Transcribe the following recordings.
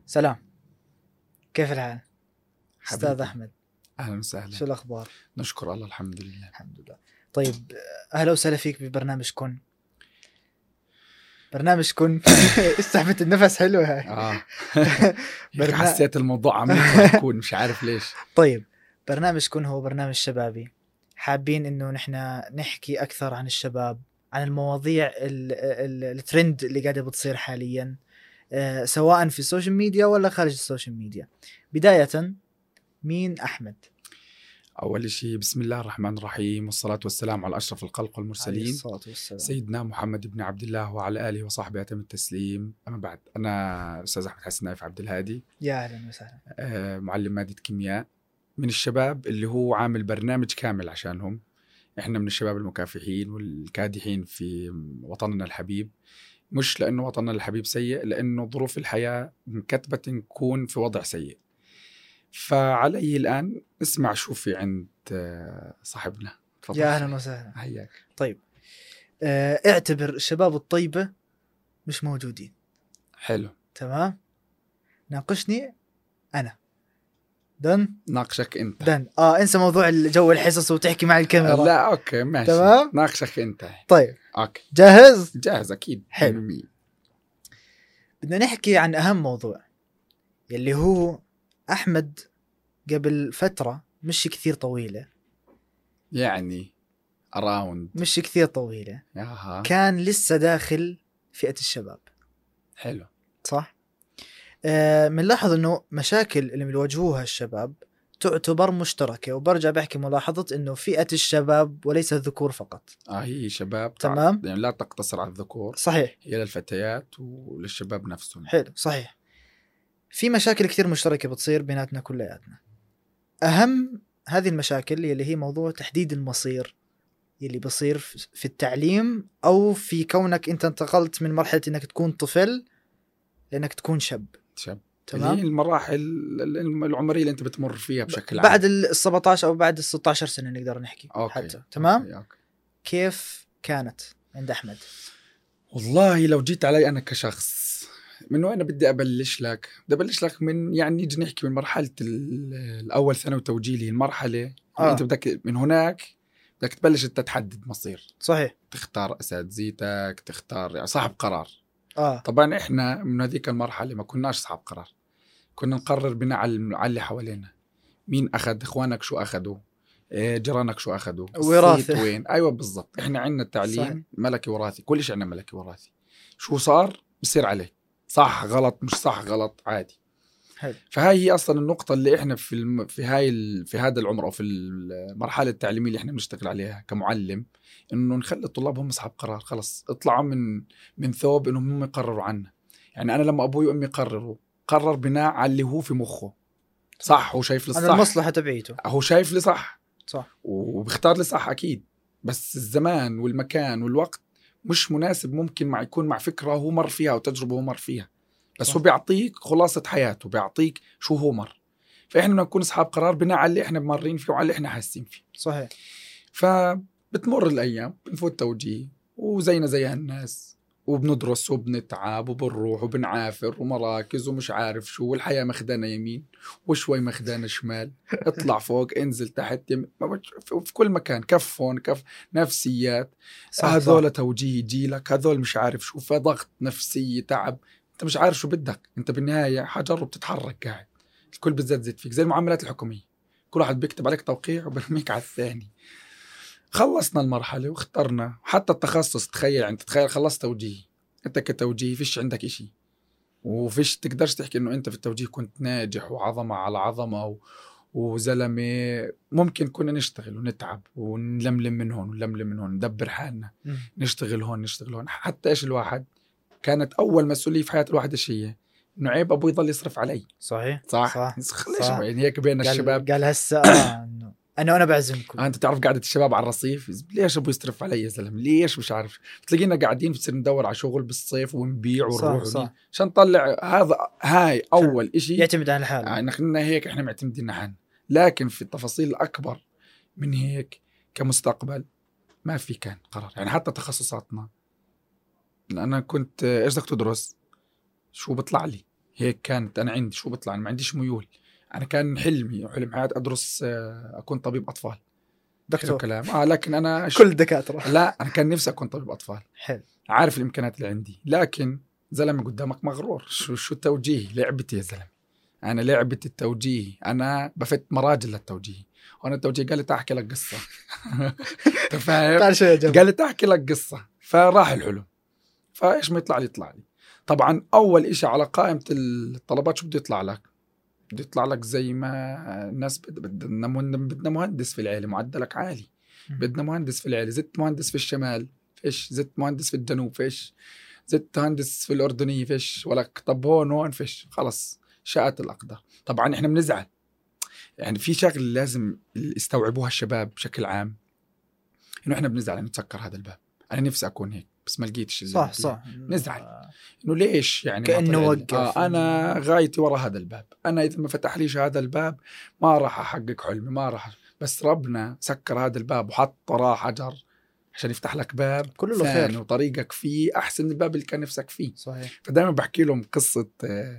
سلام، كيف الحال؟ حبيبي. أستاذ أحمد، أهلا وسهلا. شو الأخبار؟ نشكر الله، الحمد لله. الحمد لله. طيب، أهلا وسهلا فيك ببرنامج كن. برنامج كن استحمت النفس، حلوة هاي. هيك حسيت الموضوع عميق وهكون مش عارف ليش. طيب، برنامج كن هو برنامج شبابي، حابين إنه نحن نحكي أكثر عن الشباب، عن المواضيع الترند اللي قاعدة بتصير حاليا، سواء في السوشيال ميديا ولا خارج السوشيال ميديا. بداية، مين أحمد؟ أول شيء بسم الله الرحمن الرحيم، والصلاة والسلام على أشرف الخلق عليه والمرسلين الصلاة والسلام. سيدنا محمد بن عبد الله وعلى آله وصحبه أتم التسليم. أما بعد، أنا أستاذ أحمد حسن نايف عبد الهادي، يا أهلا وسهلا. معلم مادة كيمياء، من الشباب اللي هو عامل برنامج كامل عشانهم. إحنا من الشباب المكافحين والكادحين في وطننا الحبيب، مش لأنه وطننا الحبيب سيء، لأنه ظروف الحياة مكتبة نكون في وضع سيء. فعلي الآن اسمع شو في عند صاحبنا. تفضل. يا أهلا وسهلا. حياك. طيب، اعتبر الشباب الطيبة مش موجودين. حلو. تمام، ناقشني أنا. دن ناقشك أنت. دن انسى موضوع الجو الحصص وتحكي مع الكاميرا. لا أوكي ماشي. تمام، ناقشك أنت. طيب أوكي جاهز؟ جاهز أكيد. حلو. بدنا نحكي عن أهم موضوع، يلي هو أحمد قبل فترة مش كثير طويلة، يعني أراوند مش كثير طويلة، ياها. كان لسه داخل فئة الشباب. حلو. صح. منلاحظ انه مشاكل اللي بيواجهوها الشباب تعتبر مشتركة، وبرجع بحكي ملاحظة انه فئة الشباب وليس الذكور فقط. هي شباب. تمام، يعني لا تقتصر على الذكور. صحيح. هي للفتيات وللشباب نفسهم. حلو، صحيح. في مشاكل كثير مشتركة بتصير بيناتنا كلياتنا. أهم هذه المشاكل اللي هي موضوع تحديد المصير اللي بصير في التعليم، أو في كونك أنت انتقلت من مرحلة أنك تكون طفل لأنك تكون شاب. تمام. اللي هي المراحل العمرية اللي أنت بتمر فيها بشكل عام بعد 17 أو بعد 16 سنة نقدر نحكي. أوكي. حتى تمام. أوكي. كيف كانت عند أحمد؟ والله لو جيت علي أنا كشخص، من وين بدي أبلش لك؟ بدي أبلش لك من، يعني نيجي نحكي من مرحلة الأول ثانوي توجيهي، المرحلة أنت بدك من هناك بدك تبلش أنت تحدد مصير. صحيح. تختار أساتذتك، تختار يعني صاحب قرار. طبعا إحنا من هذيك المرحلة ما كناش صاحب قرار، كنا نقرر بناء على اللي حوالينا. مين أخذ؟ إخوانك شو أخذوا؟ جيرانك شو أخذوا؟ وراثة. وين؟ أيوة بالضبط. إحنا عندنا التعليم صحيح. ملكي وراثي، كل شيء عندنا ملكي وراثي. شو صار بصير عليه، صح غلط مش صح غلط عادي. حلو. فهاي هي أصلا النقطة اللي إحنا في هذا العمر أو في المرحلة التعليمية اللي إحنا بنشتغل عليها كمعلم، إنه نخلي الطلاب هم أصحاب قرار. خلص اطلعوا من ثوب إنهم هم يقرروا عنا. يعني أنا لما أبوي وأمي قرر بناء على اللي هو في مخه، صح، هو شايف لي الصح، أنا المصلحة تبعيته، هو شايف لي صح صح، وبيختار لي صح أكيد. بس الزمان والمكان والوقت مش مناسب، ممكن يكون مع فكرة هو مر فيها وتجربة هو مر فيها، بس صح. هو بيعطيك خلاصة حياته، بيعطيك شو هو مر. فإحنا بدنا نكون أصحاب قرار بناء على اللي إحنا مارين فيه وعلى اللي إحنا حاسين فيه. صحيح. فبتمر الأيام، بنفوت توجيه وزينا زي هالناس، وبندرس وبنتعب وبنروح وبنعافر ومراكز ومش عارف شو، والحياة مخدانة يمين وشوي مخدانة شمال، اطلع فوق انزل تحت في كل مكان، كفون كف نفسيات. هذول توجيه يجيلك، هذول مش عارف شو، في ضغط نفسي، تعب، انت مش عارف شو بدك. انت بالنهاية حجرب تتحرك قاعد، الكل بتزت فيك زي المعاملات الحكومية، كل واحد بيكتب عليك توقيع وبرميك على الثاني. خلصنا المرحلة واخترنا حتى التخصص. تخيل يعني، تتخيل خلصت توجيه، انت كتوجيه فيش عندك اشي، وفيش تقدرش تحكي انه انت في التوجيه كنت ناجح وعظمة على عظمة وزلمة. ممكن كنا نشتغل ونتعب ونلملم من هون ونلملم من هون، ندبر حالنا، نشتغل هون نشتغل هون. حتى ايش الواحد كانت اول مسؤولية في حياة الواحد ايش هي؟ انه عيب ابوي يضل يصرف علي. صحيح صح. ليش يعني هيك بين الشباب قال هسه انا بعزمكم. انت تعرف قاعده الشباب على الرصيف، ليش ابو يصرف علي يا زلمه، ليش مش عارف. تلاقينا قاعدين بتصير ندور على شغل بالصيف ونبيع ونروح عشان نطلع. هاي اول إشي يعتمد على حاله. يعني احنا هيك احنا معتمدين على حالنا. لكن في التفاصيل الاكبر من هيك كمستقبل ما في كان قرار. يعني حتى تخصصاتنا، انا كنت ايش بدك تدرس، شو بطلع لي، هيك كانت. أنا عندي شو بطلع، أنا ما عنديش ميول. أنا كان حلم حياتي أدرس أكون طبيب أطفال. حلو دكتور. كلام. لكن أنا كل دكاترة. لا، أنا كان نفسي أكون طبيب أطفال. حلو. عارف الإمكانيات اللي عندي، لكن زلمة قدامك مغرور. شو التوجيه؟ لعبتي يا زلمة، أنا لعبة التوجيه، أنا بفت مراجل للتوجيه. وأنا التوجيه قال لي تعال أحكي لك قصة. أنت فاهم؟ تعال شوي يا جماعة. قال لي تعال أحكي لك قصة. فراح الحلم، فإيش ما يطلع لي يطلع لي. طبعا أول إشي على قائمة الطلبات شو بده يطلع لك؟ بده يطلع لك زي ما الناس بدنا مهندس في العيلة معدلك عالي، بدنا مهندس في العيلة، زدت مهندس في الشمال فيش، زدت مهندس في الجنوب فيش، زدت مهندس في الأردنية فيش، ولك طب هون فيش. خلص شاءت الأقدار. طبعا إحنا بنزعل. يعني في شغل لازم يستوعبوها الشباب بشكل عام، إنه إحنا بنزعل إنه نتسكر هذا الباب. أنا نفسي أكون هيك بس ما لقيتش. صح. نزعل إنه ليش يعني ما كأنه طلع لي. وقف. أنا غايتي ورا هذا الباب، أنا إذا ما فتح ليش هذا الباب ما راح أحقق حلمي، ما راح. بس ربنا سكر هذا الباب وحط وراه حجر عشان يفتح لك باب كله له ثاني خير. وطريقك فيه أحسن من الباب اللي كان نفسك فيه. صحيح. فدائما بحكي لهم قصة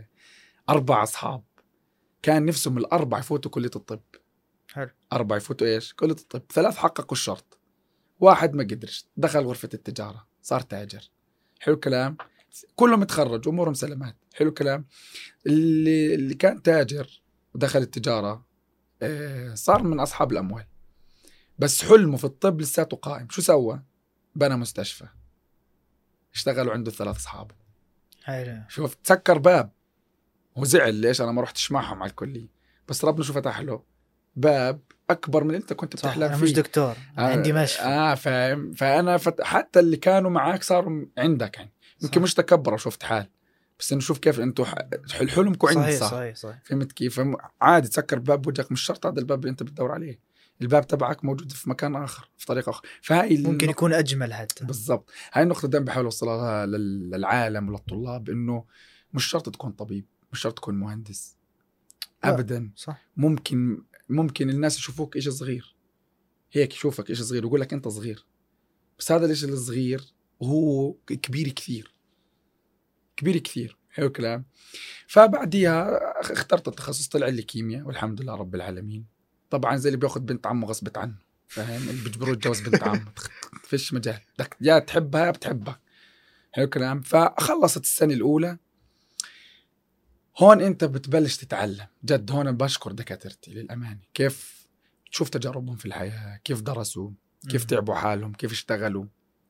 4 أصحاب كان نفسهم ال4 يفوتوا كلية الطب. حلو. 4 يفوتوا إيش؟ كلية الطب. 3 حققوا الشرط، 1 ما قدرش دخل غرفة التجارة صار تاجر. حلو كلام. كلهم تخرج أمورهم سلامات. حلو كلام. اللي كان تاجر ودخل التجارة صار من أصحاب الأموال، بس حلمه في الطب لساته قائم. شو سوى؟ بنى مستشفى. اشتغلوا عنده 3 أصحابه. حلو. شوف تسكر باب وزعل ليش أنا ما رحتش معهم على الكلية. بس ربنا شو فتح له باب أكبر من اللي أنت كنت بتحلم أنا فيه. مش دكتور، عندي مشفى. فاهم. فأنا حتى اللي كانوا معاك صاروا عندك. يعني يمكن مش تكبر وشفت حال، بس إنه شوف كيف أنتوا حلمكم عندي. صحيح. فهمت كيف؟ عادي تسكر باب وجهك، مش شرط هذا الباب اللي أنت بتدور عليه. الباب تبعك موجود في مكان آخر، في طريقة أخرى. فهاي ممكن يكون أجمل حتى. بالضبط. هاي النقطة دائما بحاول أوصلها للعالم وللطلاب، إنه مش شرط تكون طبيب، مش شرط تكون مهندس أبدا. صح. ممكن الناس يشوفوك إيش صغير، هيك يشوفك إيش صغير ويقول لك أنت صغير، بس هذا الإيش الصغير وهو كبير كثير، كبير كثير. حلو كلام. فبعديها اخترت التخصص، طلع لي كيمياء والحمد لله رب العالمين. طبعا زي اللي بياخد بنت عمه غصبت عنه، فاهم؟ اللي بيجبروه يتجوز بنت عمه فيش مجال، بدك يا تحبها يا بتحبها. حلو كلام. فخلصت السنة الأولى. هون أنت بتبلش تتعلم جد. هون بشكر دكاترتي للأمانة، كيف تشوف تجاربهم في الحياة، كيف درسوا، كيف تعبوا حالهم، كيف اشتغلوا.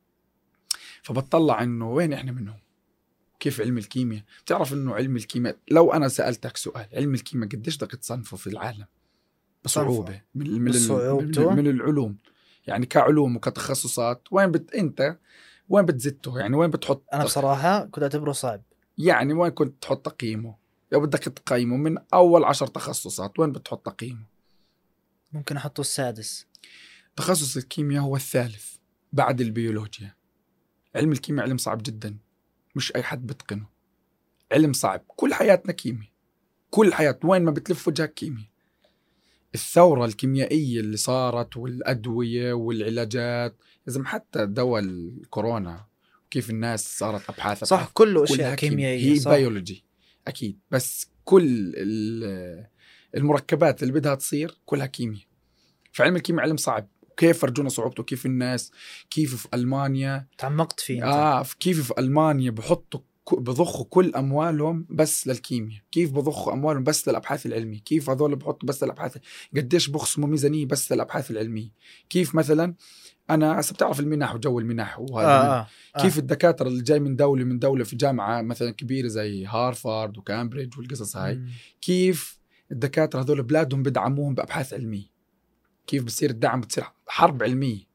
فبتطلع إنه وين إحنا منهم. كيف علم الكيمياء، بتعرف إنه علم الكيمياء لو أنا سألتك سؤال، علم الكيمياء قديش بدك تصنفه في العالم بصعوبة من العلوم، يعني كعلوم وكتخصصات، أنت وين بتزته؟ يعني وين بتحط؟ أنا بصراحة كنت أعتبره صعب. يعني وين كنت تحط تقييمه؟ لو بدك تقيمه من أول 10 تخصصات وين بتحط تقييمه؟ ممكن أحطه السادس. تخصص الكيمياء هو الثالث بعد البيولوجيا. علم الكيمياء علم صعب جدا، مش أي حد بتقنه. علم صعب. كل حياتنا كيمياء، كل حياة وين ما بتلف وجهك كيمياء. الثورة الكيميائية اللي صارت والأدوية والعلاجات، لازم حتى دواء الكورونا كيف الناس صارت أبحاث صح، كله أشياء كيميائية. هي بيولوجي أكيد، بس كل المركبات اللي بدها تصير كلها كيمياء. فعلم الكيمياء علم صعب. كيف فرجونا صعوبته؟ كيف الناس، كيف في ألمانيا تعمقت فيه كيف في ألمانيا بضخوا كل أموالهم بس للكيمياء، كيف بضخوا أموالهم بس للأبحاث العلمية، كيف هذول بحطوا بس للأبحاث، قديش بخصموا ميزانية بس للأبحاث العلمية. كيف مثلا أنا بتعرف المنح وجو المنح وهذا كيف الدكاترة اللي جاي من دولة في جامعة مثلا كبيرة زي هارفارد وكامبريدج والقصص هاي، كيف الدكاترة هذول بلادهم بدعموهم بأبحاث علمية. كيف بصير الدعم، بتصير حرب علمية.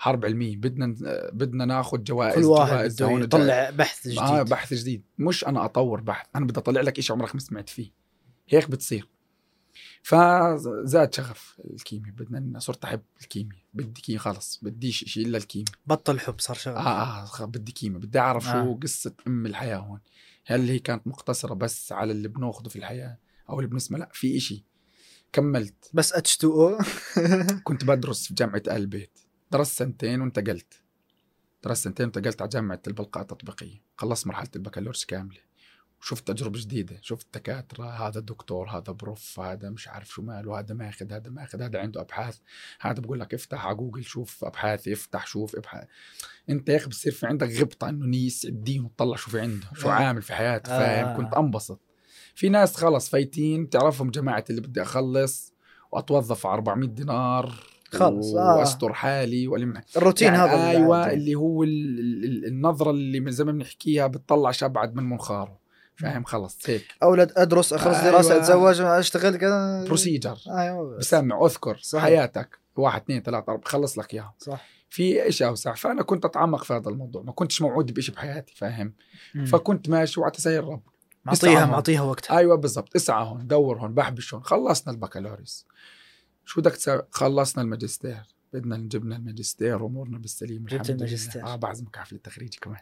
بدنا ناخذ جوائز. كل واحد بده يطلع بحث جديد. بحث جديد، مش أنا أطور بحث، أنا بدي أطلع لك إيش عمرك ما سمعت فيه. هيك بتصير. فزاد شغف الكيمياء، بدنا صرت أحب الكيمياء. بدي كيمياء خلص، بديش إشي إلا الكيمياء. بطل حب، صار شغف. بدي كيمياء، بدي أعرف شو قصة الحياة هون. هل هي كانت مقتصرة بس على اللي بناخده في الحياة أو اللي بنسمع؟ لا، في إشي كملت. بس H2O. كنت بدرس في جامعة آل بيت، درست 2 وانتقلت على جامعة البلقاء التطبيقية. خلصت مرحلة البكالوريوس كاملة شفت تجربة جديدة، شفت دكاترة، هذا الدكتور، هذا بروف، هذا مش عارف شو ماله، هذا ماخذ، هذا ماخذ، هذا عنده أبحاث، هذا بقول لك افتح على جوجل شوف أبحاث، افتح شوف ابحث. انت يا اخي بصير في عندك غبطة انه نيس الدين وتطلع شو في عنده، شو عامل في حياته، فاهم؟ كنت انبسط. في ناس خلص فايتين، تعرفهم جماعة اللي بدي اخلص واتوظف 400 دينار خلص واستر حالي والم الروتين يعني هذا ايوه اللي هو النظرة اللي زي ما بنحكيها بتطلع شبعد من منخاره، فاهم؟ خلص هيك اولاد ادرس اخلص دراسه أيوة. اتزوج اشتغل كذا بروسيجر. ايوه بسمع اذكر صحيح. حياتك 1 2 3 4 خلص لك اياها. صح. في إشي أوسع. فأنا كنت أتعمق في هذا الموضوع، ما كنتش موعود بإشي بحياتي، فاهم؟ فكنت ماشي وعتسير رب معطيها وقتها. أيوة بالضبط. اسعى هون، دور هون، بحبش هون. خلصنا البكالوريوس، شو بدك تسوي؟ خلصنا الماجستير، بدنا نجبنا الماجستير وأمورنا بالسليم جبت الماجستير. بعزمك حفلة التخريج كمان.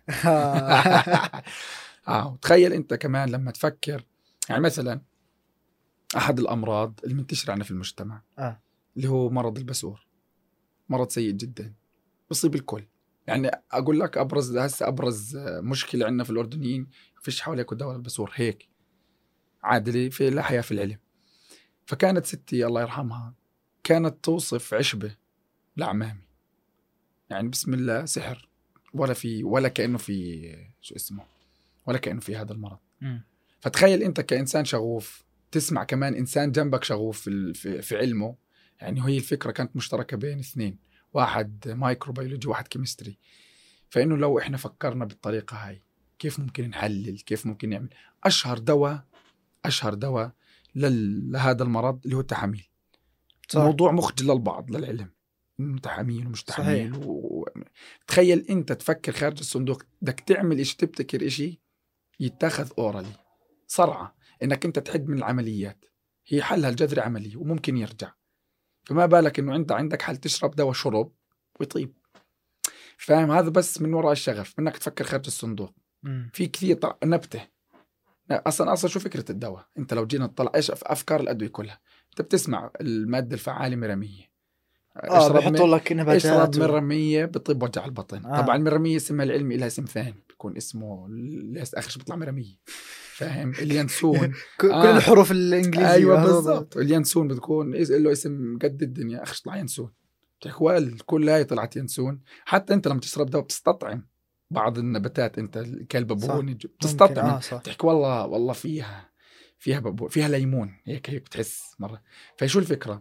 تخيل أنت كمان لما تفكر، يعني مثلا أحد الأمراض اللي منتشرة عنا في المجتمع اللي هو مرض البسور، مرض سيء جدا بصيب الكل. يعني أقول لك أبرز مشكلة عندنا في الأردنيين، فيش حواليك دواء البسور هيك عادلة في لا حياة في العلم. فكانت ستي الله يرحمها كانت توصف عشبة لعمامي، يعني بسم الله سحر، ولا كأنه في شو اسمه، ولا كأنه في هذا المرض. فتخيل أنت كإنسان شغوف تسمع كمان إنسان جنبك شغوف في علمه. يعني هي الفكرة كانت مشتركة بين اثنين، واحد مايكروبيولوجي واحد كيمستري. فإنه لو إحنا فكرنا بالطريقة هاي كيف ممكن نحلل، كيف ممكن نعمل أشهر دواء لهذا المرض اللي هو التحاميل. موضوع مخجل للبعض للعلم إنه تحاميل ومش تحاميل تخيل أنت تفكر خارج الصندوق، بدك تعمل إيش، تبتكر إشي يتاخذ أورالي صرعة، إنك أنت تحد من العمليات. هي حلها الجذري عملية وممكن يرجع، فما بالك إنه أنت عندك حل تشرب دواء شرب ويطيب، فاهم؟ هذا بس من وراء الشغف، منك تفكر خارج الصندوق. في كثير نبته أصلا شو فكرة الدواء؟ أنت لو جينا نطلع إيش أفكار الأدوية كلها، أنت بتسمع المادة الفعالة مرامية، بيحطوا لك نباتات، اشرب مرامية بطيب وجع البطن. طبعا المرامية اسمها العلمي لها اسم ثاني بيكون اسمه آخر بيطلع مرامية، فاهم؟ اليانسون كل الحروف الإنجليزية. أيوة بالضبط. اليانسون بتكون له اسم قد الدنيا، آخر طلع ينسون. تحكوال كل هاي طلعت ينسون. حتى أنت لما تشرب دواء بتستطعم بعض النباتات، أنت الكلب بابوني بتستطعم، تحكي والله فيها ليمون هيك بتحس مرة. فشو الفكرة؟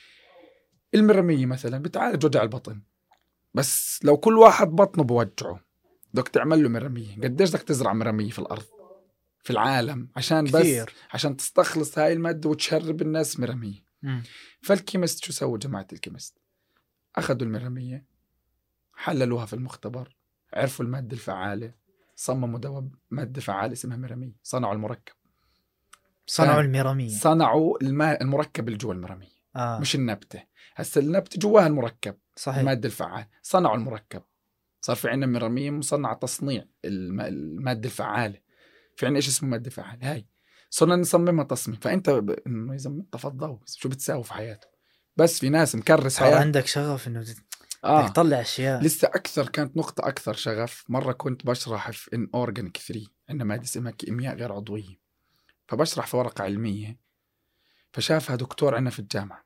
المرمية مثلا بتعالج وجع البطن، بس لو كل واحد بطنه بوجعه بدك تعمل له مرمية، قديش بدك تزرع مرمية في الأرض في العالم عشان كثير. بس عشان تستخلص هاي المادة وتشرب الناس مرمية. فالكيمست شو سووا جماعة الكيمست؟ أخذوا المرمية، حللوها في المختبر، عرفوا المادة الفعالة، صمموا دواء مادة فعالة اسمها مرمية، صنعوا المركب، صنعوا المرمية، صنعوا المركب اللي جوا المرمية. مش النبتة، هسه النبتة جواها المركب صحيح. المادة الفعالة، صنعوا المركب، صار في عنا مرمية مصنعة تصنيع المادة الفعالة. في عنا إيش اسمه مادة فعالة، هاي صرنا نصممها تصميم. فأنت إذا تفضلوا شو بتساوي في حياته، بس في ناس مكرس حياته. عندك شغف إنه تطلع أشياء. لسه أكثر كانت نقطة أكثر شغف. مرة كنت بشرح في Inorganic 3، عندنا مادة اسمها كيمياء غير عضوية، فبشرح في ورقة علمية، فشافها دكتور عنا في الجامعة،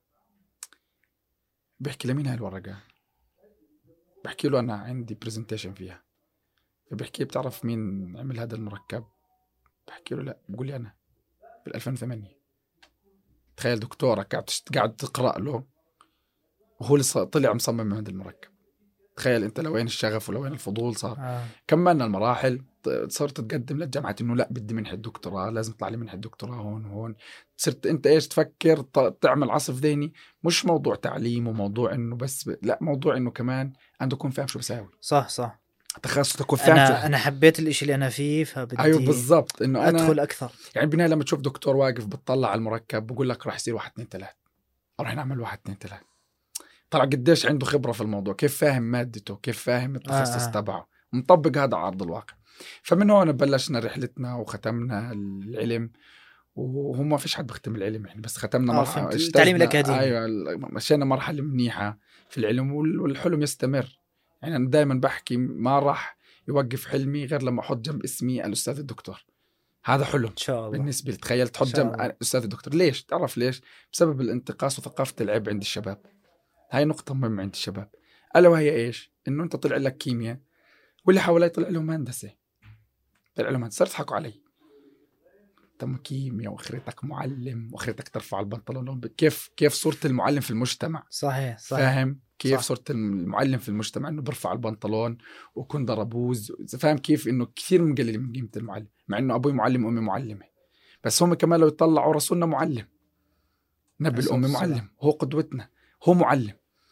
بيحكي لمين هاي الورقة؟ بحكي له أنا عندي بريزنتيشن فيها. فبحكي بتعرف مين عمل هذا المركب؟ بحكي له لا. بقول لي أنا في 2008. تخيل دكتورة قاعد تقرأ له وهو اللي طلع مصمم هذا المركب. تخيل أنت لوين الشغف ولوين الفضول صار. كملنا المراحل، صرت تقدم للجامعة إنه لا بدي منح الدكتوراه، لازم تطلع لي منح الدكتوراه هون وهون. صرت أنت إيش تفكر تعمل عصف ذهني، مش موضوع تعليم وموضوع إنه بس لا، موضوع إنه كمان عنده يكون فاهم شو بساوي. صح تخصص تكون فاهم. أنا حبيت الإشي اللي أنا فيه، فبدي أيوة بالضبط إنه أنا أدخل أكثر. يعني بناء لما تشوف دكتور واقف بتطلع على المركب بقول لك راح يصير 1 2 3، راح نعمل 1 2 3. طلع قديش عنده خبرة في الموضوع، كيف فاهم مادته، كيف فاهم التخصص تبعه، مطبق هذا على أرض الواقع. فمن هون بلشنا رحلتنا وختمنا العلم. وهو ما فيش حد بختم العلم يعني، بس ختمنا مرحلة التعليم الأكاديمي. أيوة مشينا مرحلة منيحة في العلم، والحلم يستمر. يعني أنا دائما بحكي ما راح يوقف حلمي غير لما أحط جنب اسمي الأستاذ الدكتور. هذا حلم ان شاء الله. بالنسبة لي. تخيل تحط شاء جنب الله. أستاذ الدكتور. ليش؟ تعرف ليش؟ بسبب الانتقاص وثقافة العيب عند الشباب. هاي نقطة مهمة عند الشباب، ألا وهي إيش؟ إنه أنت طلع لك كيمياء واللي حوالي طلع لهم هندسة، طلع لهم هندسة، صرت تضحكوا علي. تم كيمياء واخرتك معلم واخرتك ترفع البنطلون. كيف صورة المعلم في المجتمع؟ صحيح. فاهم كيف صح. صورة المعلم في المجتمع؟ انه برفع البنطلون وكن ضربوز. فاهم كيف انه كثير مقلل من قيمة المعلم، مع انه ابوي معلم وامي معلمة، بس هم كمان لو يطلعوا رسولنا معلم، نبي الام معلم، هو قدوتنا، هو معلم.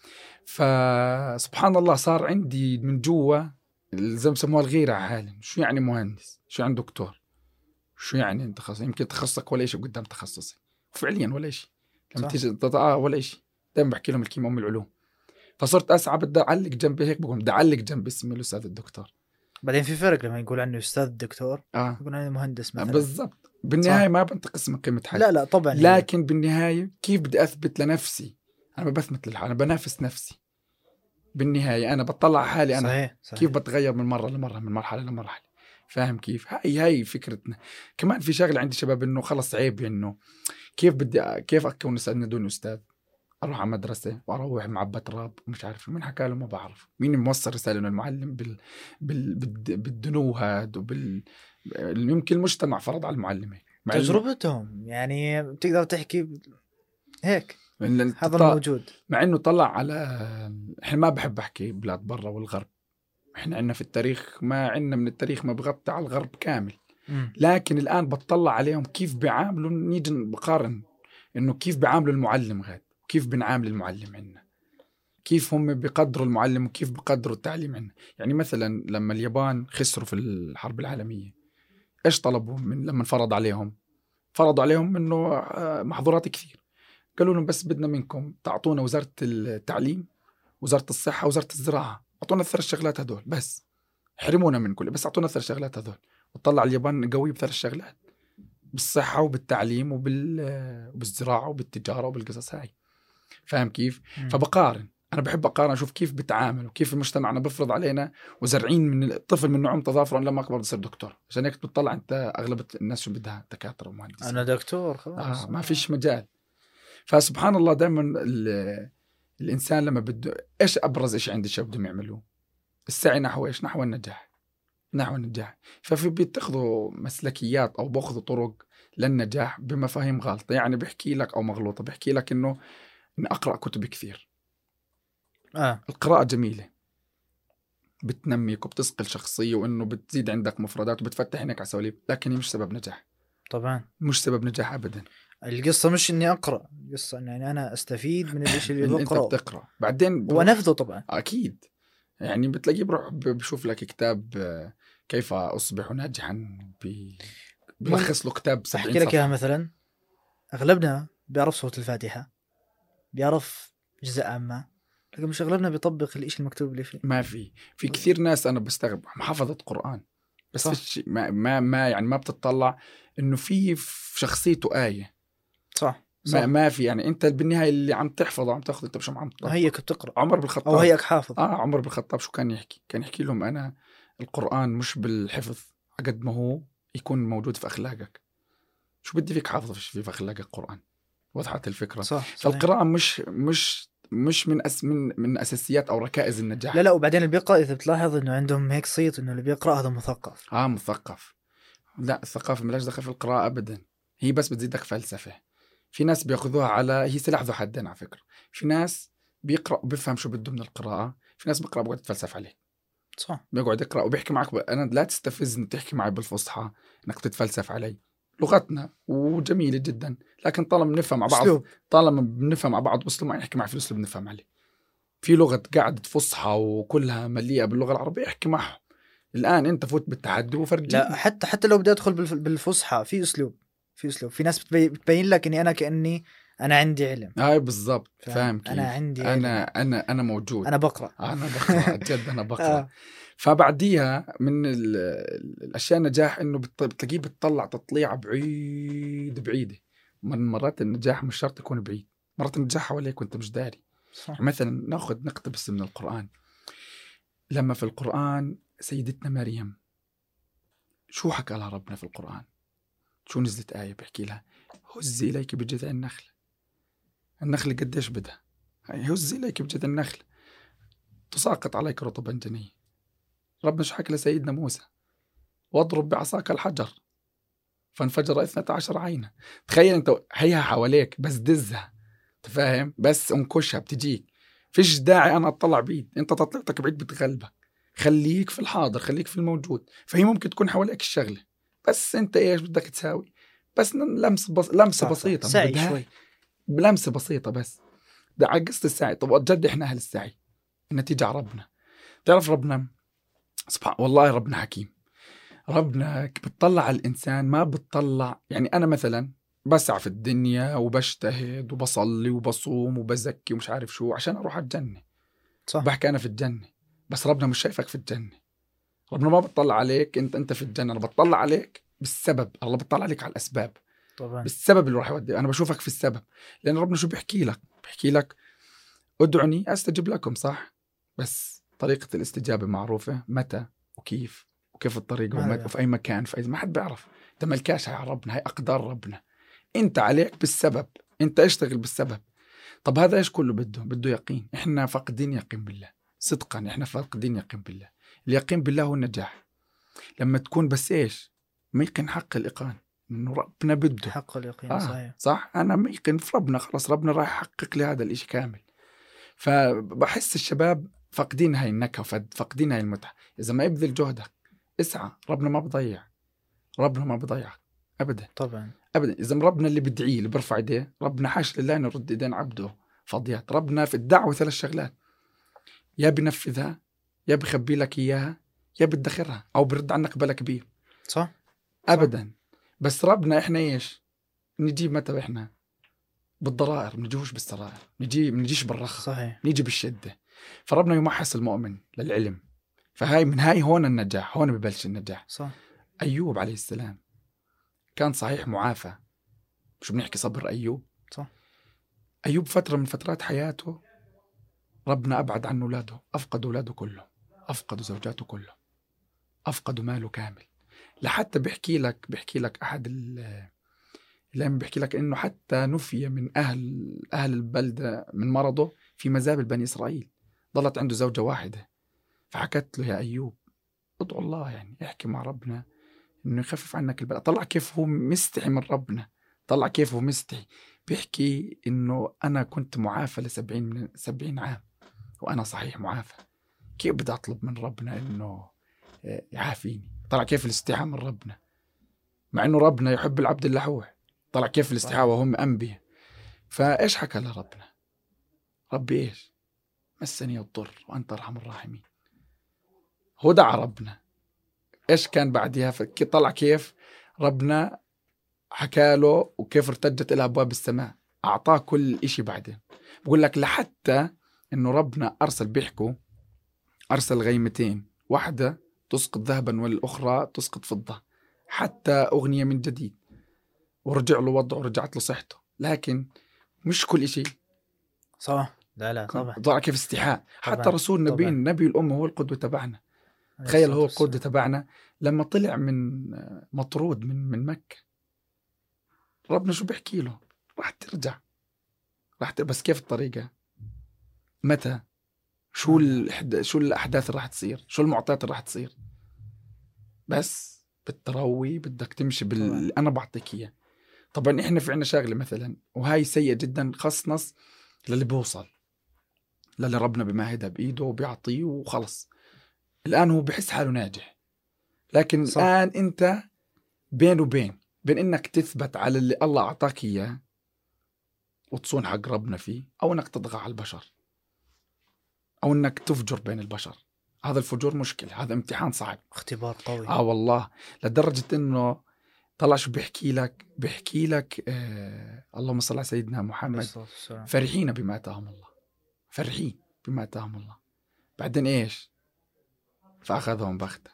فسبحان الله صار عندي من جوا زي ما بسموها الغيرة حالا. شو يعني مهندس؟ شو يعني دكتور؟ شو يعني انت يمكن تخصصك ولا شيء قدام تخصصي، فعليا ولا شيء. لما تيجي ولا شيء. دائما بحكي لهم الكيمياء ام العلوم. فصرت اسعى بدي اعلق جنبي هيك، بقوم بدي اعلق جنب اسمي الاستاذ الدكتور. بعدين في فرق لما يقول عنه استاذ الدكتور يقول عنه مهندس مثلا. بالضبط. بالنهايه ما بنتقص من قيمه حد. لا طبعا. لكن بالنهايه كيف بدي اثبت لنفسي؟ انا ما بثبت للحال، انا بنافس نفسي. بالنهايه انا بطلع على حالي انا. صحيح. كيف بتغير من مره لمره، من مرحله لمرحله. فاهم كيف؟ هاي فكرتنا. كمان في شغله عندي شباب انه خلص عيب، انه كيف اكون دون استاذ؟ اروح على مدرسه واروح معبى تراب ومش عارف مين حكى له، ما بعرف مين موصل رساله انه المعلم بالدنو هاد يمكن المجتمع فرض على المعلمه تجربتهم، يعني بتقدر تحكي هيك هذا موجود. مع انه طلع على احنا ما بحب احكي بلاد برا والغرب. احنا عندنا في التاريخ ما عندنا من التاريخ ما بغطي على الغرب كامل. لكن الان بتطلع عليهم كيف بيعاملوا. نيجي بقارن انه كيف بيعاملوا المعلم غاد، كيف بنعامل المعلم عندنا، كيف هم بيقدروا المعلم وكيف بيقدروا التعليم عندنا. يعني مثلا لما اليابان خسروا في الحرب العالمية، ايش طلبوا من لما فرضوا عليهم انه محظورات كثير. قالوا لهم بس بدنا منكم تعطونا وزارة التعليم، وزارة الصحة، وزارة الزراعة، اعطونا الثلاث شغلات هدول بس، حرمونا من كله بس اعطونا الثلاث شغلات هدول. وطلع اليابان قوي بثلاث شغلات، بالصحة وبالتعليم وبالزراعة وبالتجارة وبالقصص هاي. فاهم كيف؟ فبقارن، أنا بحب أقارن أشوف كيف بتعامل وكيف المجتمعنا بفرض علينا، وزرعين من الطفل من نعوم تظافرا لما أكبر بصير دكتور. عشان هيك بتطلع أنت أغلب الناس شو بدها دكاترة ومهندسين. أنا دكتور خلاص. ما فيش مجال. فسبحان الله دائما الإنسان لما بده إيش أبرز إيش عند الشباب بدهم يعملوه؟ السعي نحو إيش؟ نحو النجاح. ففي بيتخذوا مسلكيات أو بأخذوا طرق للنجاح بمفاهيم غلطة. يعني بحكي لك أو مغلوطة، بحكي لك إنه أقرأ كتب كثير. القراءة جميلة، بتنميك وبتسقل شخصية، وإنه بتزيد عندك مفردات وبتفتح عينك على سواليف، لكن هي مش سبب نجاح. طبعا مش سبب نجاح أبدا. القصة مش إني أقرأ، القصة يعني أنا أستفيد من الشيء اللي بقرأه. أنت بتقرأ بعدين ونفذه طبعا. أكيد. يعني بتلاقيه بروح بشوف لك كتاب كيف أصبح ناجحا، بلخص له كتاب 70 أحكي لك إياها مثلا. أغلبنا بيعرف صوت الفاتحة، بيعرف جزء عامة، لكن مش أغلبنا بيطبق الإشي المكتوب اللي فيه. ما في كثير ناس أنا بستغرب محفظة قرآن بس فيش ما يعني ما بتطلع إنه في شخصيته آية. صح. ما في. يعني أنت بالنهاية اللي عم تحفظه عم تاخذ أنت مش عم تطبق. هيك بتقرأ. عمر بن الخطاب أو هيك حافظ. عمر بن الخطاب شو كان يحكي لهم؟ أنا القرآن مش بالحفظ قد ما هو يكون موجود في أخلاقك. شو بدي فيك حافظ في أخلاقك القرآن؟ وضحت الفكرة. صح. فالقراءة مش من أساسيات أو ركائز النجاح. لا وبعدين اللي بيقرأ إذا بتلاحظ إنه عندهم هيك صيت إنه اللي بيقرأ هذا مثقف. مثقف. لا، الثقافة ملاش دخل في القراءة أبدا، هي بس بتزيدك فلسفة. في ناس بياخذوها على هي سلاح ذو حدين على فكرة. في ناس بيقرأ وبيفهم شو بده من القراءة، في ناس بيقرأ بقعد يتفلسف عليه. صح. بيقعد يقرأ وبيحكي معك أنا لا تستفزني تحكي معي بالفصحى إنك تتفلسف علي. لغتنا وجميلة جدا، لكن طالما بنفهم مع بعض طالما بنفهم مع بعض بس ما يحكي معي في الأسلوب بنفهم عليه. في لغة قاعدة فصحى وكلها مليئة باللغة العربية، احكي معه. الآن أنت فوت بالتحدي وفرجي. لا حتى لو بدي أدخل بالفصحى في أسلوب. في ناس بتبين لك إني أنا عندي علم. بالضبط. فاهم كيف؟ أنا عندي أنا موجود. أنا بقرأ جد أنا بقرأ. فبعديها من الأشياء النجاح إنه بتلاقيه بتطلع تطليع بعيدة. من مرات النجاح مش شرط يكون بعيد، مرات النجاح حواليك وأنت مش داري. صح. مثلا نأخذ نقتبس من القرآن. لما في القرآن سيدتنا مريم شو حكى لها ربنا في القرآن؟ شو نزلت آية بحكي لها هزي إليك بجذع النخل قديش بدها، هزي إليك بجذع النخل تساقط عليك رطبا جنيا. ربنا شو حكى لسيدنا موسى واضرب بعصاك الحجر فانفجر 12 عينا. تخيل انت هيها حواليك بس دزها، تفاهم، بس انكشها بتجيك، فيش داعي انا اطلع بعيد، انت تطلعتك بعيد بتغلبك. خليك في الحاضر، خليك في الموجود. فهي ممكن تكون حواليك الشغله بس انت ايش بدك تساوي؟ بس لمسه بسيطه، سعي شوي، بلمسه بسيطه بس. ده على قصة السعي. طب جد احنا اهل السعي، النتيجه على ربنا. تعرف ربنا سبحان والله ربنا حكيم. ربنا بتطلع على الإنسان ما بتطلع، يعني أنا مثلا بسعى في الدنيا وبجتهد وبصلي وبصوم وبزكي ومش عارف شو عشان أروح على الجنة، صح. بحكي أنا في الجنة، بس ربنا مش شايفك في الجنة. ربنا ما بتطلع عليك أنت في الجنة، أنا بتطلع عليك بالسبب. الله بتطلع عليك على الأسباب طبعا. بالسبب اللي راح يودي. أنا بشوفك في السبب، لأن ربنا شو بيحكي لك؟ بيحكي لك ادعني أستجب لكم، صح؟ بس طريقة الاستجابة معروفة، متى وكيف وكيف الطريقة وفي أي مكان، في أي ما حد بيعرف. أنت ملكاش على ربنا، هاي أقدار ربنا. أنت عليك بالسبب، أنت اشتغل بالسبب. طب هذا إيش كله بده يقين. إحنا فاقدين يقين بالله صدقا، إحنا فاقدين يقين بالله. اليقين بالله هو النجاح. لما تكون بس إيش ميقن حق الإيقان إنه ربنا بده حق اليقين. صحيح. صح، أنا ميقن في ربنا، خلاص ربنا راح يحقق لي هذا الإشي كامل. فبحس الشباب فاقدين هاي النكهة، فاقدين هاي المتعة. إذا ما يبذل جهدك اسعى، ربنا ما بضيع، ربنا ما بضيعك أبدا. طبعا أبدا. إذا ربنا اللي بدعيه اللي برفع إيديه، ربنا حاش لله أن يرد إيدين عبده فاضيات. ربنا في الدعوة 3 شغلات، يا بنفذها، يا بخبي لك إياها، يا بدخرها أو برد عنك بلا كبير. صح. أبدا. بس ربنا إحنا إيش نجيب متى؟ إحنا بالضرائر، منجيوش بالسرائر، منجيش بالرخاء، صحيح. نيجي بالشدة. فربنا يمحص المؤمن للعلم. فهاي من هاي هون النجاح، هون ببلش النجاح. صح. أيوب عليه السلام كان صحيح معافى، شو بنحكي صبر أيوب. صح. أيوب فترة من فترات حياته ربنا أبعد عنه أولاده، أفقد أولاده كله، أفقدوا زوجاته كله، أفقدوا ماله كامل. لحتى بيحكي لك أحد لما بيحكي لك إنه حتى نفي من أهل البلدة من مرضه في مزابل بني إسرائيل، ضلت عنده زوجة واحدة. فحكت له يا أيوب ادعو الله، يعني احكي مع ربنا إنه يخفف عنك البلاء. طلع كيف هو مستحي من ربنا، طلع كيف هو مستحي. بيحكي إنه أنا كنت معافى من 70 عام وأنا صحيح معافى، كيف بدي أطلب من ربنا إنه يعافيني؟ طلع كيف الاستحاء من ربنا، مع إنه ربنا يحب العبد اللحوح. طلع كيف الاستحاء وهم أنبياء. فإيش حكى لربنا؟ ربي إيش؟ مسني الضر وأنت أرحم الراحمين. هو دعا ربنا. إيش كان بعدها؟ طلع كيف ربنا حكى له وكيف ارتجت إلى أبواب السماء، أعطاه كل إشي. بعدين بقول لك لحتى إنه ربنا أرسل غيمتين، واحدة تسقط ذهبا والأخرى تسقط فضة، حتى أغنية من جديد، ورجع له وضعه ورجعت له صحته. لكن مش كل إشي صح. لا طبعا. طلع كيف استحاء. حتى رسول نبي الأمة هو القدوة تبعنا. تخيل هو القدوة تبعنا لما طلع من مطرود من مكة، ربنا شو بيحكي له؟ راح ترجع بس كيف الطريقة؟ متى؟ شو الأحداث اللي راح تصير؟ شو المعطيات اللي راح تصير؟ بس بالتروي بدك تمشي أنا بعطيك إياه. طبعا إحنا في عنا شغلة مثلا وهاي سيئة جدا، خصنص للي بوصل، للي ربنا بماهدها بإيده وبيعطيه وخلص. الآن هو بحس حاله ناجح، لكن صح. الآن أنت بين إنك تثبت على اللي الله أعطاك إياه وتصون حق ربنا فيه، أو إنك تضغى على البشر، أو إنك تفجر بين البشر. هذا الفجور مشكلة، هذا امتحان صعب، اختبار قوي. والله، لدرجة إنه طلع شو بيحكي لك اللهم صل على سيدنا محمد، فرحين بما آتاهم الله، فرحين بما آتاهم الله. بعدين إيش؟ فأخذهم بغتة،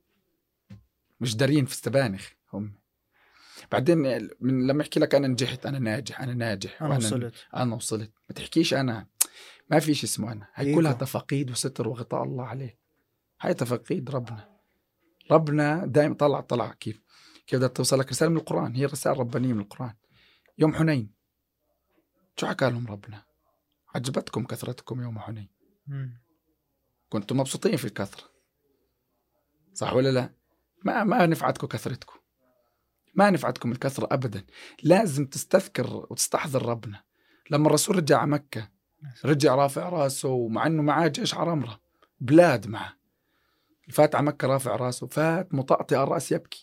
مش دارين في السبانخ هم. بعدين من لما يحكي لك أنا نجحت، أنا ناجح، أنا وصلت، ما تحكيش أنا، ما فيش اسمه أنا. هاي كلها تفقيد وستر وغطاء الله عليه. هاي تفقيد ربنا دائما. طلع كيف كيف بدها توصلك رسالة من القرآن؟ هي الرسالة الربانية من القرآن. يوم حنين شو حكى لهم ربنا؟ عجبتكم كثرتكم يوم حنين، كنتم مبسوطين في الكثرة، صح ولا لا؟ ما نفعتكم كثرتكم، ما نفعتكم الكثرة أبدا. لازم تستذكر وتستحضر ربنا. لما الرسول رجع مكة رجع رافع راسه، ومع أنه معاه جيش عرمرة بلاد معه، فات على مكة رافع راسه، فات مطأطئ الرأس يبكي.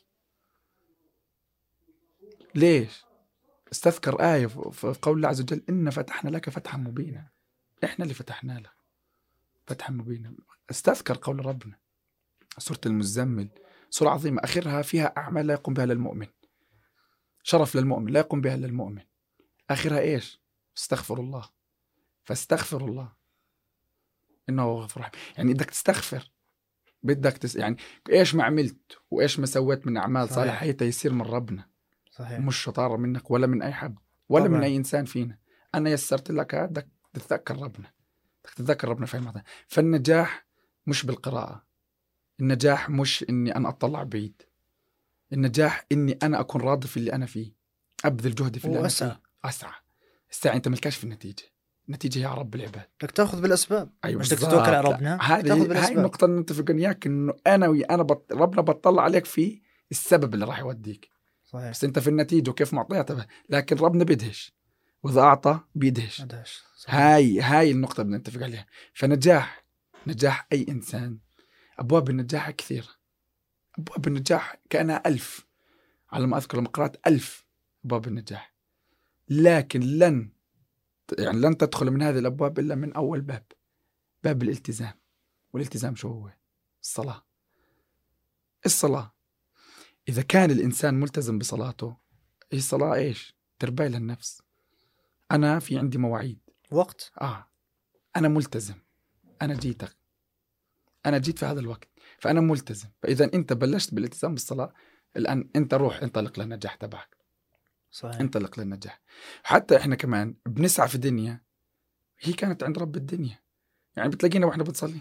ليش؟ استذكر آية في قول الله عز وجل: إن فتحنا لك فتحا مبينا. إحنا اللي فتحنا لك فتحا مبينا. استذكر قول ربنا. سورة المزمل سورة عظيمة، آخرها فيها أعمال لا يقوم بها للمؤمن، شرف للمؤمن لا يقوم بها للمؤمن. آخرها إيش؟ استغفر الله، فاستغفر الله إنه هو غفور رحيم. يعني بدك تستغفر، بدك يعني إيش ما عملت وإيش ما سويت من أعمال صالحة هي تيسير من ربنا، صحيح. مش شطارة منك ولا من أي حد ولا طبعا. من أي إنسان فينا. أنا يسرت لك، بدك تتذكر ربنا، بدك تتذكر ربنا في المعنى. فالنجاح مش بالقراءة، النجاح مش إني أنا أطلع بعيد، النجاح إني أنا أكون راضي في اللي أنا فيه، أبذل جهدي في اللي أنا فيه، أسعى. الساعة أنت ملكاش في النتيجة، النتيجة هي رب العباد. بدك تاخذ بالأسباب. أيوة مش بدك تتوكل على ربنا، هاي النقطة اللي نتفق إياك، إنه ربنا بطلع عليك في السبب اللي راح يوديك. صحيح. بس أنت في النتيجة وكيف معطياتها، لكن ربنا بيدهش، وإذا أعطى بيدهش. هاي النقطة اللي نتفق عليها. فنجاح أي إنسان، أبواب النجاح كثيرة، أبواب النجاح كأنها 1000 على ما أذكر، لما قرأت 1000 أبواب النجاح، لكن لن تدخل من هذه الأبواب إلا من أول باب الالتزام. والالتزام شو هو؟ الصلاة. إذا كان الإنسان ملتزم بصلاته، هي الصلاة إيش؟ تربية للنفس. أنا في عندي مواعيد وقت، أنا ملتزم، أنا جيت في هذا الوقت، فأنا ملتزم. فإذا أنت بلشت بالالتزام بالصلاة الآن، أنت روح انطلق للنجاح تبعك. صحيح. انطلق للنجاح. حتى إحنا كمان بنسعى في الدنيا، هي كانت عند رب الدنيا. يعني بتلاقينا وإحنا بتصلي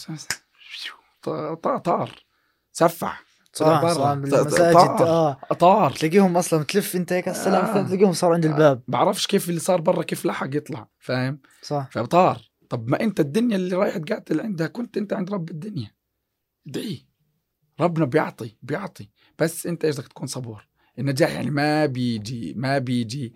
طار سفح صح بالمساجد، طار تلاقيهم اصلا تلف انت هيك السلام، تلاقيهم صار عند الباب. بعرفش كيف اللي صار برا كيف لحق يطلع، فاهم؟ صح. فطار. طب ما انت الدنيا اللي رايح تقاتل عندها كنت انت عند رب الدنيا. ادعي، ربنا بيعطي، بس انت ايش بدك تكون صبور. النجاح يعني ما بيجي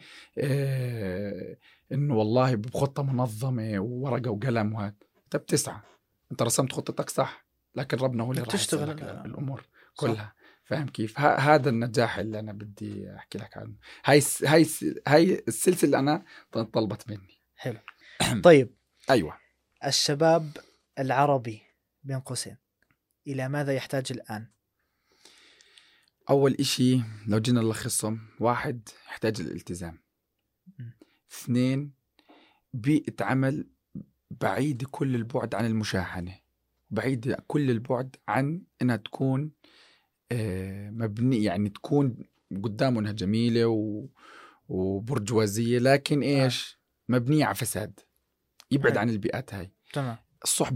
انه والله بخطة منظمة وورقة وقلم وهذا. انت بتسعى، انت رسمت خطتك صح، لكن ربنا هو اللي راح يسهل لك الامور كلها. فاهم كيف؟ هذا النجاح اللي انا بدي احكي لك عنه. هاي السلسلة اللي انا طلبت مني. حلو. طيب. ايوه. الشباب العربي بين قوسين الى ماذا يحتاج الان؟ اول اشي لو جينا نلخصهم: 1 يحتاج الالتزام. 2 بيئة عمل بعيد كل البعد عن المشاحنة، بعيد كل البعد عن انها تكون مبني، يعني تكون قدامه انها جميلة وبرجوازية، لكن ايش؟ مبنية على فساد. يبعد عن البيئات هاي. تمام. الصحبة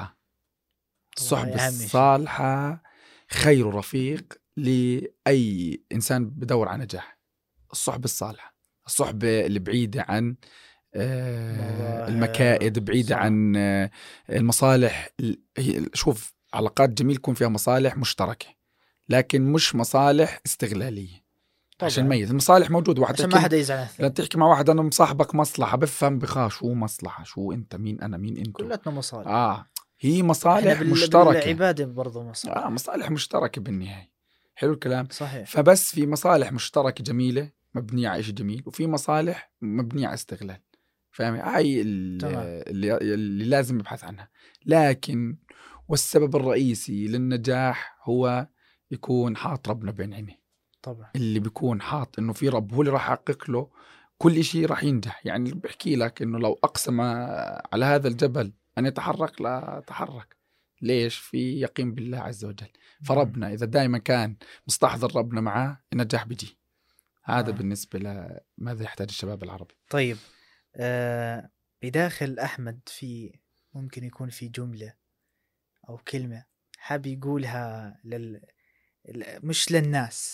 الصالحة خير رفيق لأي إنسان بدور على نجاح. الصحبة الصالحة، الصحبة اللي بعيدة عن المكائد، بعيدة عن المصالح. شوف، علاقات جميل يكون فيها مصالح مشتركة، لكن مش مصالح استغلالية. طبعا. عشان نميز المصالح موجود، واحد عشان ما حدا يزعل. لا تحكي مع واحد أنا مصاحبك مصلحة، بفهم شو مصلحة، شو أنت مين أنا مين أنتو. كلتنا مصالح. هي مصالح مشتركة. بالعبادة برضو مصالح. مصالح مشتركة بالنهاية. حلو الكلام. صحيح. فبس في مصالح مشتركة جميلة مبنية على شيء جميل، وفي مصالح مبنية على استغلال. فاهم؟ هاي اللي لازم نبحث عنها. لكن والسبب الرئيسي للنجاح هو يكون حاط ربنا بين عينيه. طبعا. اللي بيكون حاط انه في رب هو اللي راح يحقق له كل شيء، راح ينجح. يعني بحكي لك انه لو اقسم على هذا الجبل ان يتحرك لا تحرك. ليش؟ في يقين بالله عز وجل. فربنا اذا دائما كان مستحضر ربنا معاه، النجاح بيجي. هذا بالنسبة لماذا يحتاج الشباب العربي. طيب. بداخل أحمد في ممكن يكون في جملة أو كلمة حاب يقولها مش للناس،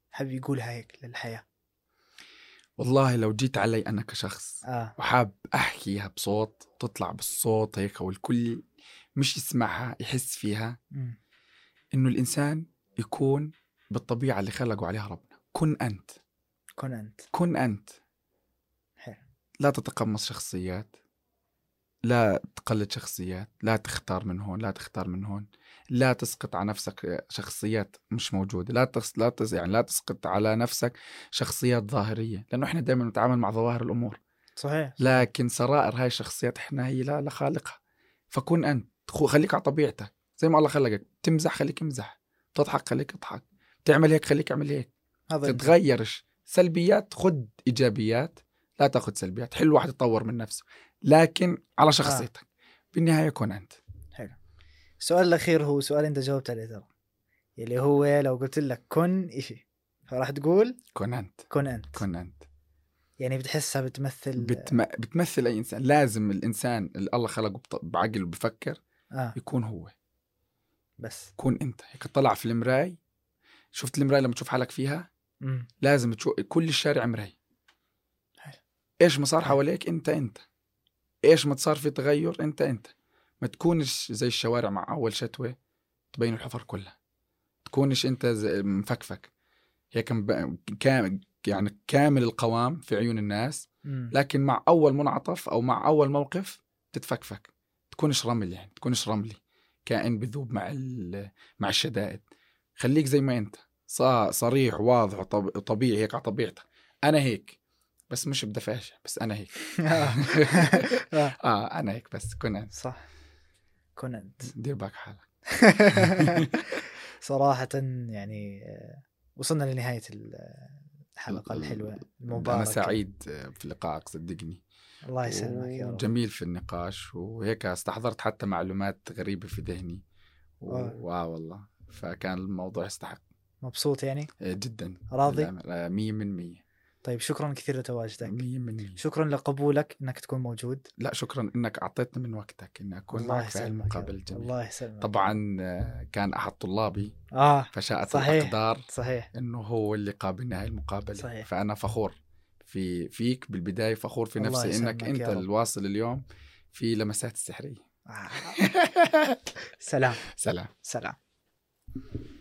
حابب يقولها هيك للحياة؟ والله لو جيت علي أنا كشخص وحاب أحكيها بصوت، تطلع بالصوت هيك والكل مش يسمعها يحس فيها، إنه الإنسان يكون بالطبيعة اللي خلقوا عليها ربنا. كن أنت، كن أنت، كن أنت. حلو. لا تتقمص شخصيات، لا تقلد شخصيات، لا تختار من هون لا تختار من هون، لا تسقط على نفسك شخصيات مش موجودة، لا تسقط على نفسك شخصيات ظاهرية، لأنه إحنا دائما نتعامل مع ظواهر الأمور. صحيح. لكن سرائر هاي الشخصيات إحنا هي لا لخالقها. فكن أنت، خليك على طبيعتك زي ما الله خلقك. تمزح خليك امزح، تضحك خليك اضحك، تعمل هيك خليك اعمل هيك. تتغيرش سلبيات، خد إيجابيات، لا تأخذ سلبيات. حلو واحد يتطور من نفسه لكن على شخصيتك. بالنهاية كن أنت. حلو. السؤال الأخير هو سؤال أنت جاوبت عليه ترى، اللي هو لو قلت لك كن إشي فراح تقول كن أنت. كن أنت. كن أنت. يعني بتحسها بتمثل بتمثل أي إنسان. لازم الإنسان اللي الله خلقه بعقل وبفكر يكون هو. بس كون أنت هيك. طلع في المراي، شفت المراي لما تشوف حالك فيها لازم تشوف كل الشارع مراي. إيش ما صار حواليك أنت إيش ما صار في تغير أنت ما تكونش زي الشوارع مع أول شتوة تبين الحفر كلها. تكونش أنت مفكفك هيك يعني كامل القوام في عيون الناس، لكن مع أول منعطف أو مع أول موقف تتفكفك. تكونش رمل، يعني تكونش رملي كائن بذوب مع الشدائد. خليك زي ما أنت، صريح واضح وطبيعي هيك على طبيعتك. أنا هيك بس مش بدفاشة، بس أنا هيك. أنا هيك بس. كن أنت. صح. كن أنت. دير بالك حالك. صراحة يعني وصلنا لنهاية الحلقة الحلوة المباركة. أنا سعيد في لقائك صدقني. الله يسلمك يا رب. جميل في النقاش، وهيك استحضرت حتى معلومات غريبة في ذهني. والله فكان الموضوع يستحق. مبسوط يعني؟ جدا. راضي؟ 100%. طيب شكرا كثير لتواجدك. 100%. شكرا لقبولك انك تكون موجود. لا شكرا انك اعطيتني من وقتك اني اكون معك في المقابله الجميله. الله يسلمك. طبعا كان احد طلابي فشاءت الاقدار صحيح انه هو اللي قابلني هاي المقابله. صحيح. فانا فخور فيك بالبدايه، فخور في نفسي انك انت الواصل اليوم في لمسات السحريه. سلام. سلام. سلام.